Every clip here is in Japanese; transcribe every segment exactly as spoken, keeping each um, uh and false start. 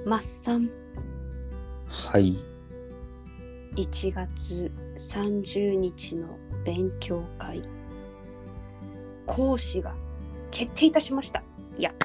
マッさん。 はい。 いちがつさんじゅうにちの勉強会、講師が決定いたしました。いや、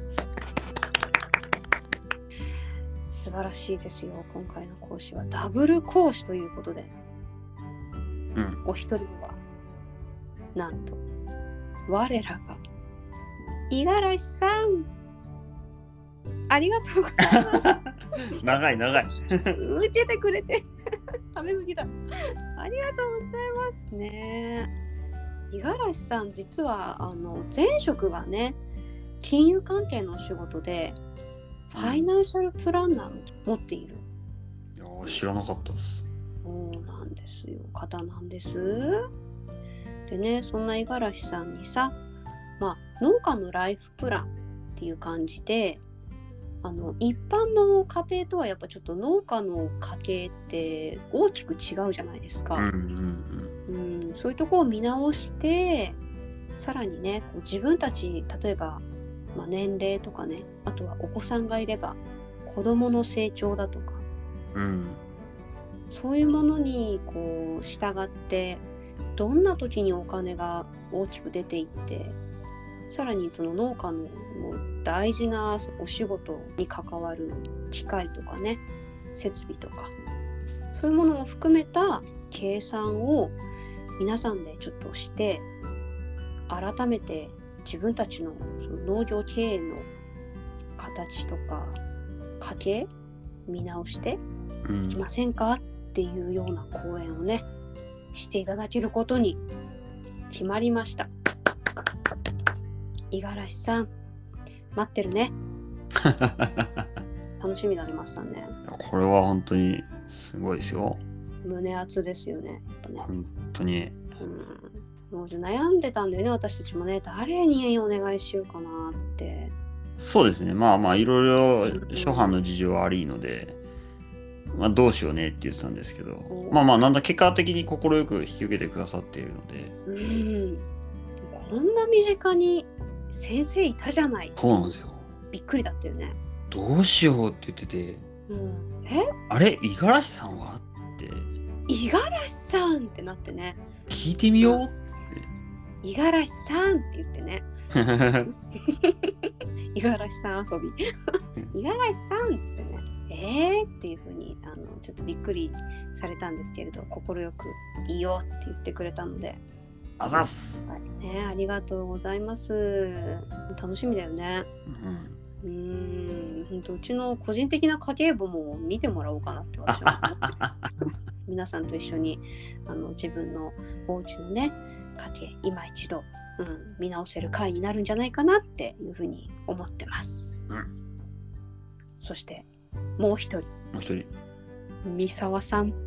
素晴らしいですよ。今回の講師はダブル講師ということで、 うん、 お一人はなんと我らが五十嵐さん、ありがとうございます長い長い打ててくれて食べ過ぎだ。ありがとうございますね。五十嵐さん、実はあの前職がね、金融関係のお仕事でファイナンシャルプランナーを持っている。 いや、知らなかったです。 そうなんですよ、方なんです。でね、そんな五十嵐さんにさ、まあ、農家のライフプランっていう感じで、あの一般の家庭とはやっぱちょっと農家の家計って大きく違うじゃないですか。 うんうんうん、そういうところを見直して、さらにね、こう自分たち、例えば、まあ、年齢とかね、あとはお子さんがいれば子どもの成長だとか、 うん、 そういうものにこう従ってどんな時にお金が大きく出ていって、さらにその農家のもう大事なお仕事に関わる機械とかね、設備とか、そういうものも含めた計算を皆さんでちょっとして、改めて自分たちのその農業経営の形とか家計見直していきませんかっていうような講演をね、していただけることに決まりました。五十嵐さん、待ってるね。楽しみになりましたね。 これは本当にすごいですよ。 胸熱ですよね。やっぱね、 本当に。 うん、もう悩んでたんでね、私たちもね、誰にお願いしようかなって。 そうですね。まあまあいろいろ諸般の事情はありので、うん、まあどうしようねって言ってたんですけど、うん、まあまあなんだ結果的に快く引き受けてくださっているので、 うん、こんな身近に先生いたじゃない。 そうなんですよ。 びっくりだったよね。 どうしようって言ってて、 うん、えあれ五十嵐さんはって五十嵐さんってなってね、 聞いてみようって五十嵐さんって言ってね五十嵐さん遊び五十嵐さんっつってね、えーっていう風にあのちょっとびっくりされたんですけれど、快くいいよって言ってくれたので、 あざっす、 はいね、ありがとうございます。楽しみだよね。うん、うーん、本当うちの個人的な家計簿も見てもらおうかなって私は思って皆さんと一緒にあの自分のお家のね家計今一度、うん、見直せる回になるんじゃないかなっていうふうに思ってます。 うん、 そしてもう一人、 もう一人、 三沢さん。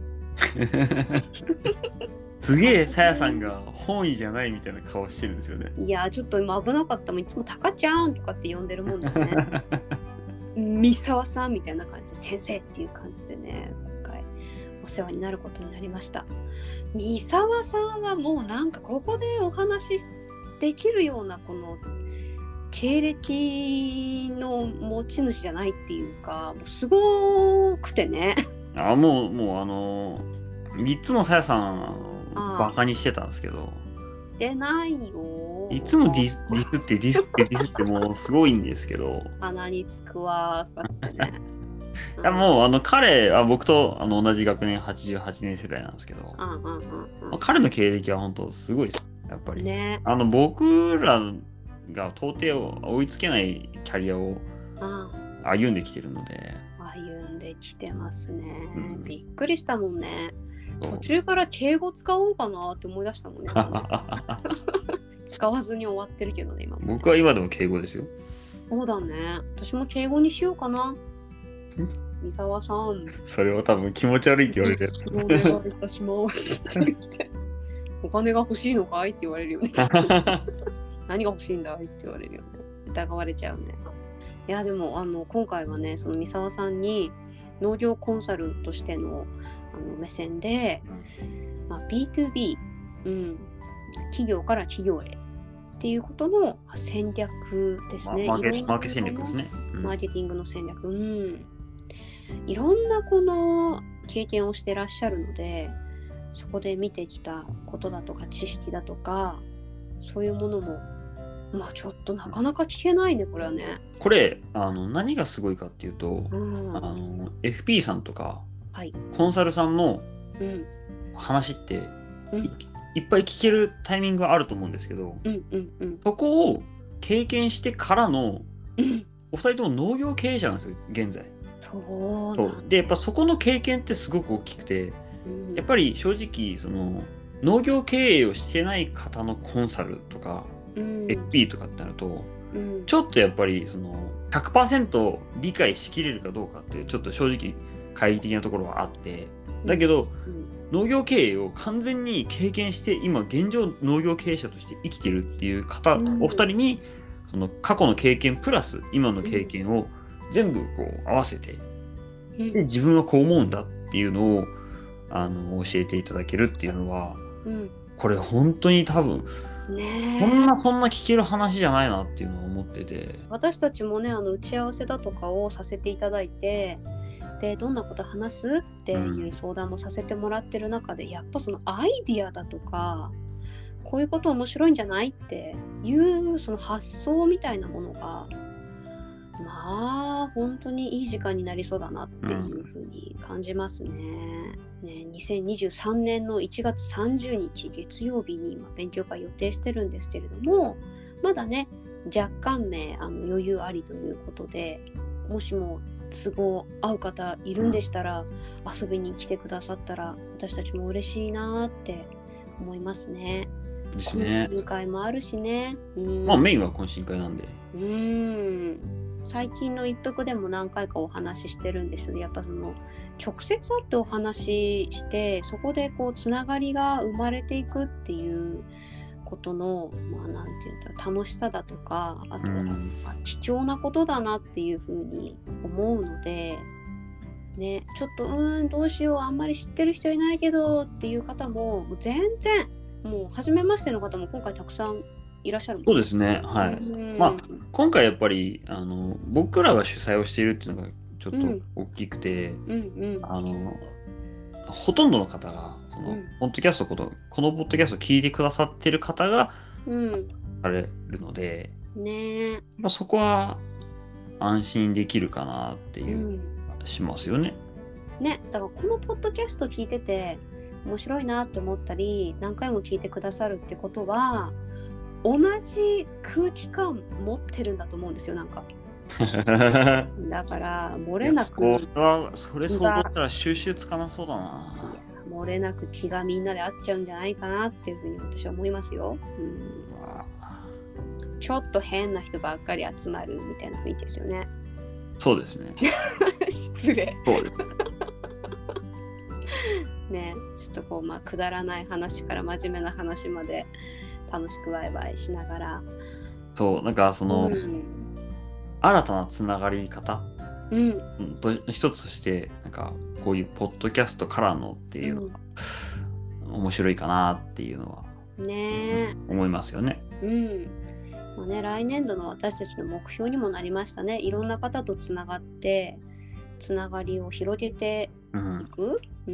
すげえさやさんが本意じゃないみたいな顔してるんですよね。 いやちょっと今危なかったもん、いつもタカちゃんとかって呼んでるもんだね。三沢さんみたいな感じで先生っていう感じでね、今回お世話になることになりました。三沢さんはもうなんかここでお話しできるようなこの経歴の持ち主じゃないっていうか、もうすごくてね。 あ、もうもうあのいつもさやさんバカにしてたんですけど、 出ないよ。 いつもディスディスってディスってディスってもうすごいんですけど、 鼻につくわとかつってね。 いやもうあの彼は僕とあの同じ学年はちじゅうはちねん世代なんですけど、うんうんうんうん、まあ、彼の経歴は本当すごいですやっぱり、ね、あの僕らが到底追いつけないキャリアを歩んできてるので、 歩んできてますね、うん、びっくりしたもんね。途中から敬語使おうかなって思い出したもんね。使わずに終わってるけどね今もね。 僕は今でも敬語ですよ。 そうだね、私も敬語にしようかな。三沢さん、 それは多分気持ち悪いって言われるやつ。 お願いいたしますって言ってお金が欲しいのかいって言われるよね。何が欲しいんだいって言われるよね。疑われちゃうね。いやでもあの今回はね、その三沢さんに農業コンサルとしてのあの目線で、まあ、ビーツービー、うん、企業から企業へっていうことの戦略ですね。 マーケ、マーケ戦略ですね、 うん、マーケティングの戦略、うん、 いろんなこの経験をしてらっしゃるので、そこで見てきたことだとか知識だとかそういうものもまあちょっとなかなか聞けないねこれはね。 これあの何がすごいかっていうと、 うん、 あの エフピー さんとか、 はい、 コンサルさんの話って、うん、い, いっぱい聞けるタイミングがあると思うんですけど、 うんうんうん、 そこを経験してからの、 うん、 お二人とも農業経営者なんですよ現在。 そうそうでやっぱそこの経験ってすごく大きくて、うん、やっぱり正直その農業経営をしてない方のコンサルとか、うん、エフピー とかってなると、うん、ちょっとやっぱりその ひゃくパーセント 理解しきれるかどうかってちょっと正直懐疑的なところはあって、だけど、うん、農業経営を完全に経験して今現状農業経営者として生きてるっていう方、うん、お二人にその過去の経験プラス今の経験を全部こう合わせて、うん、で自分はこう思うんだっていうのをあの教えていただけるっていうのは、うん、これ本当に多分ねそんなそんな聞ける話じゃないなっていうのを思ってて、 私たちもねあの打ち合わせだとかをさせていただいて、でどんなこと話すっていう相談もさせてもらってる中で、うん、やっぱそのアイディアだとかこういうこと面白いんじゃないっていうその発想みたいなものがまあ本当にいい時間になりそうだなっていうふうに感じますね。うん、ねにせんにじゅうさんねんのいちがつさんじゅうにち月曜日に今勉強会予定してるんですけれども、まだね若干名あの余裕ありということで、もしも都合合う方いるんでしたら、うん、遊びに来てくださったら私たちも嬉しいなって思いますね。 ですね。 懇親会もあるしね。 うん、まあメインは懇親会なんで。 うーん。最近の一服でも何回かお話ししてるんですけど、やっぱその直接会ってお話ししてそこでこうつながりが生まれていくっていうことのまあなんていうんだ楽しさだとか、あとは、うん、貴重なことだなっていうふうに思うので、ね、ちょっとうーんどうしようあんまり知ってる人いないけどっていう方ももう全然もう初めましての方も今回たくさんいらっしゃるもんね。 そうですね、はい。まあ今回やっぱりあの僕らが主催をしているっていうのがちょっと大きくて、うんうんうん、あのほとんどの方がその、うん、ポッドキャストこのこのポッドキャストを聞いてくださってる方がされるので、 うん、ね、 まあ、そこは安心できるかなっていう、うん、しますよね。 ね、だからこのポッドキャスト聞いてて面白いなって思ったり何回も聞いてくださるってことは同じ空気感持ってるんだと思うんですよ。なんかだから漏れなくそれ想像したら収集つかなそうだな。 漏れなく気がみんなで合っちゃうんじゃないかなっていうふうに私は思いますよ。うん、ちょっと変な人ばっかり集まるみたいな雰囲気ですよね。 そうですね。 失礼。 そうですね。ちょっとこうまあくだらない話から真面目な話まで楽しくワイワイしながら、 そうなんかその、うん、新たなつながり方、うん、と一つとしてなんかこういうポッドキャストからのっていうのが、うん、面白いかなっていうのはね、 うん、思いますよね。 うんまあね、来年度の私たちの目標にもなりましたね。いろんな方とつながってつながりを広げていく、うんうん、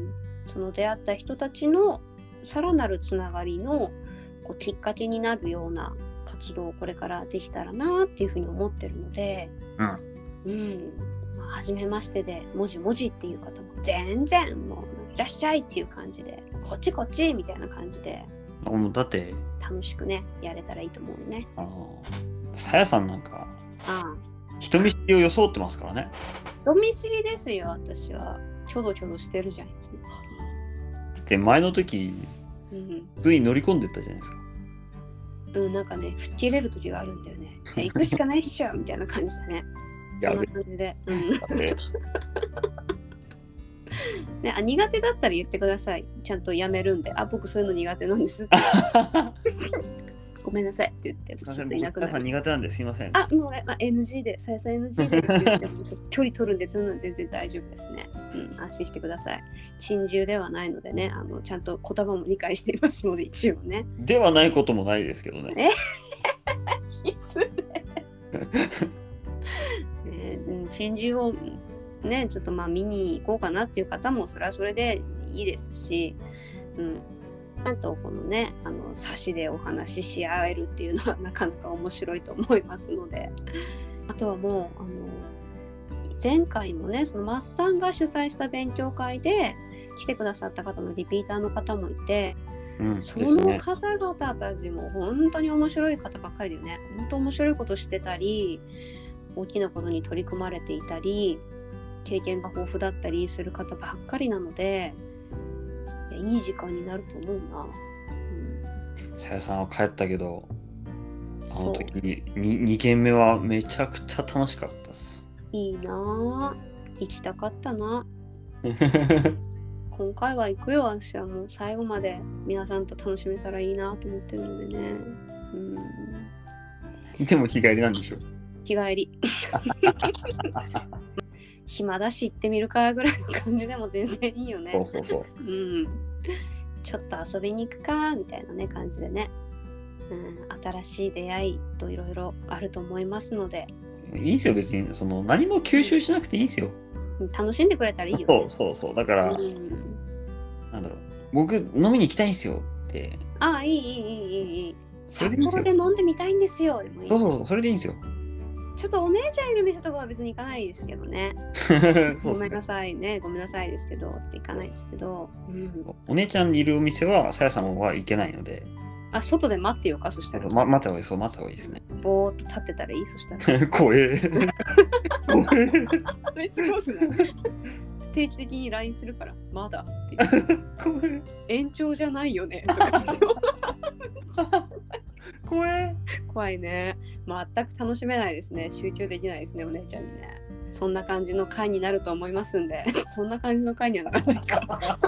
その出会った人たちのさらなるつながりのこうきっかけになるような活動をこれからできたらなっていうふうに思ってるので、うんうんまあ、初めましてでもじもじっていう方も全然もういらっしゃいっていう感じでこっちこっちみたいな感じでもうだって楽しくねやれたらいいと思うね。 あのさやさんなんかああ人見知りを装ってますからね。 人見知りですよ私は。キョドキョドしてるじゃんいつも。 で前の時うん、普通に乗り込んでったじゃないですか。 うん、なんかね、吹っ切れる時があるんだよね。行くしかないっしょみたいな感じだね。そんな感じで。うん、ね、あ、苦手だったら言ってください。ちゃんとやめるんで。あ、僕そういうの苦手なんですって。ごめんなさいって言って。 すいません、僕皆さん苦手なんですいません。 あ、もう俺、まあ、エヌジー で、さやさん エヌジー でって言っても距離取るんで、そういうのは全然大丈夫ですね。うん、安心してください。珍獣ではないのでね、あのちゃんと言葉も理解していますので、一応ね。 ではないこともないですけどね。 え失礼。ね、珍獣をねちょっとまあ見に行こうかなっていう方もそれはそれでいいですし、うん、なんとこのねあの差しでお話しし合えるっていうのはなかなか面白いと思いますので、あとはもうあの前回もねそのマッさんが主催した勉強会で来てくださった方のリピーターの方もいて、うん、その方々たちも本当に面白い方ばっかりだよね。本当面白いことしてたり大きなことに取り組まれていたり経験が豊富だったりする方ばっかりなので、いやいい時間になると思うな。 さや、うん、さんは帰ったけどあの時に にけんめはめちゃくちゃ楽しかったです。 いいなぁ、行きたかったな今回は行くよ。私はもう最後まで皆さんと楽しめたらいいなと思ってるのでね、 うん、でも日帰りなんでしょ。 日帰り暇だし行ってみるかぐらいの感じでも全然いいよね。 そうそうそう、 うん、ちょっと遊びに行くかみたいなね感じでね、うん、新しい出会いといろいろあると思いますのでいいですよ。別にその何も吸収しなくていいですよ。 楽しんでくれたらいいよ、 ね、そうそうそう。だから、うん、なんだろう、僕飲みに行きたいんですよって。 ああ、いいいいいいいいいい。札幌で飲んでみたいんですよ。でもいい。 そうそうそう、それでいいんですよ。 ちょっとお姉ちゃんいる店とかは別に行かないですけどね。ごめんなさいね、ごめんなさいですけど、って行かないですけど、うん。 お姉ちゃんいるお店はさやさんは行けないので。 あ、外で待ってようか、そしたら。 ま、待った方がいい、そう、待った方がいいですね。 ぼーっと立ってたらいい、そしたら。 怖え。 怖え。めっちゃ怖くない？定期的に ライン するから、まだっていう。怖え。延長じゃないよね。とか怖え。 怖いね。全く楽しめないですね。集中できないですね、お姉ちゃんにね。そんな感じの回になると思いますんで、そんな感じの回にはならないか。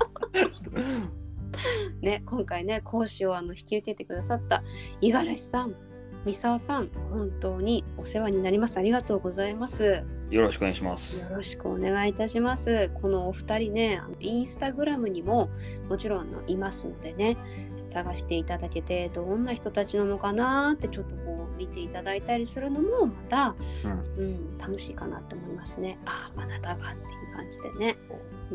ね、今回ね講師をあの引き受けてくださった五十嵐さん、三沢さん、本当にお世話になります。ありがとうございます。 よろしくお願いします。 よろしくお願いいたします。このお二人ね、あのインスタグラムにももちろんあのいますのでね、探していただけてどんな人たちなのかなってちょっとこう見ていただいたりするのもまた、うんうん、楽しいかなと思いますね。ああ、あなたがっていう感じでね。うん、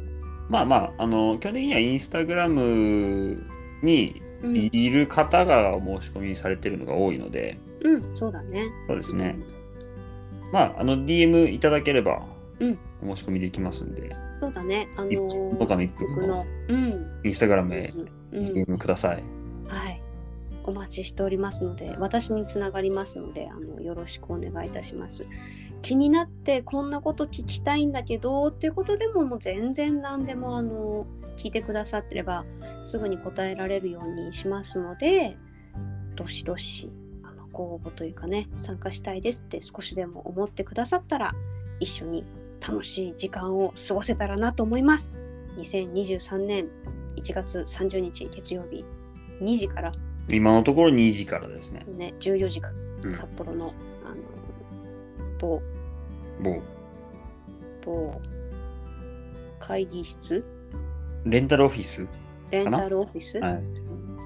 まあまあ、あの基本的にはインスタグラムにいる方が申し込みされてるのが多いので、 うん、そうだね。 そうですね。うん、まあ、あの ディーエム いただければ、うん、お申し込みできますんで。 そうだね。あのー、 僕の一分のインスタグラムへ ディーエム ください。 うん、はい。お待ちしておりますので、私につながりますので、あのよろしくお願いいたします。気になってこんなこと聞きたいんだけどっていうことでももう全然何でもあの聞いてくださってればすぐに答えられるようにしますので、どしどしあのご応募というかね、参加したいですって少しでも思ってくださったら一緒に楽しい時間を過ごせたらなと思います。にせんにじゅうさんねんいちがつさんじゅうにち月曜日にじから、 今のところにじからですね。 ね、じゅうよじから、うん、札幌のあの某某某会議室、 レンタルオフィスレンタルオフィス、はい、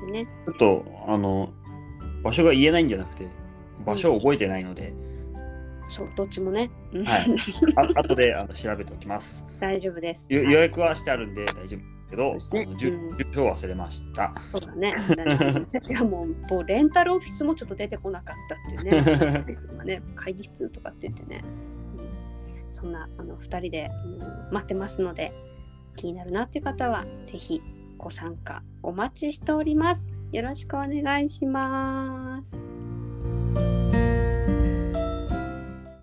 ね、 ちょっとあの場所が言えないんじゃなくて場所を覚えてないので、 うん、そう、どっちもね、 はい、あ後であの調べておきます。 大丈夫です。 予約はしてあるんで大丈夫けど、ね、住所忘れました。 そうだね。私はもう、もうレンタルオフィスもちょっと出てこなかったっていうね。ね、会議室とかって言ってね。うん、そんなあのふたりで、うん、待ってますので、気になるなっていう方はぜひご参加お待ちしております。よろしくお願いします。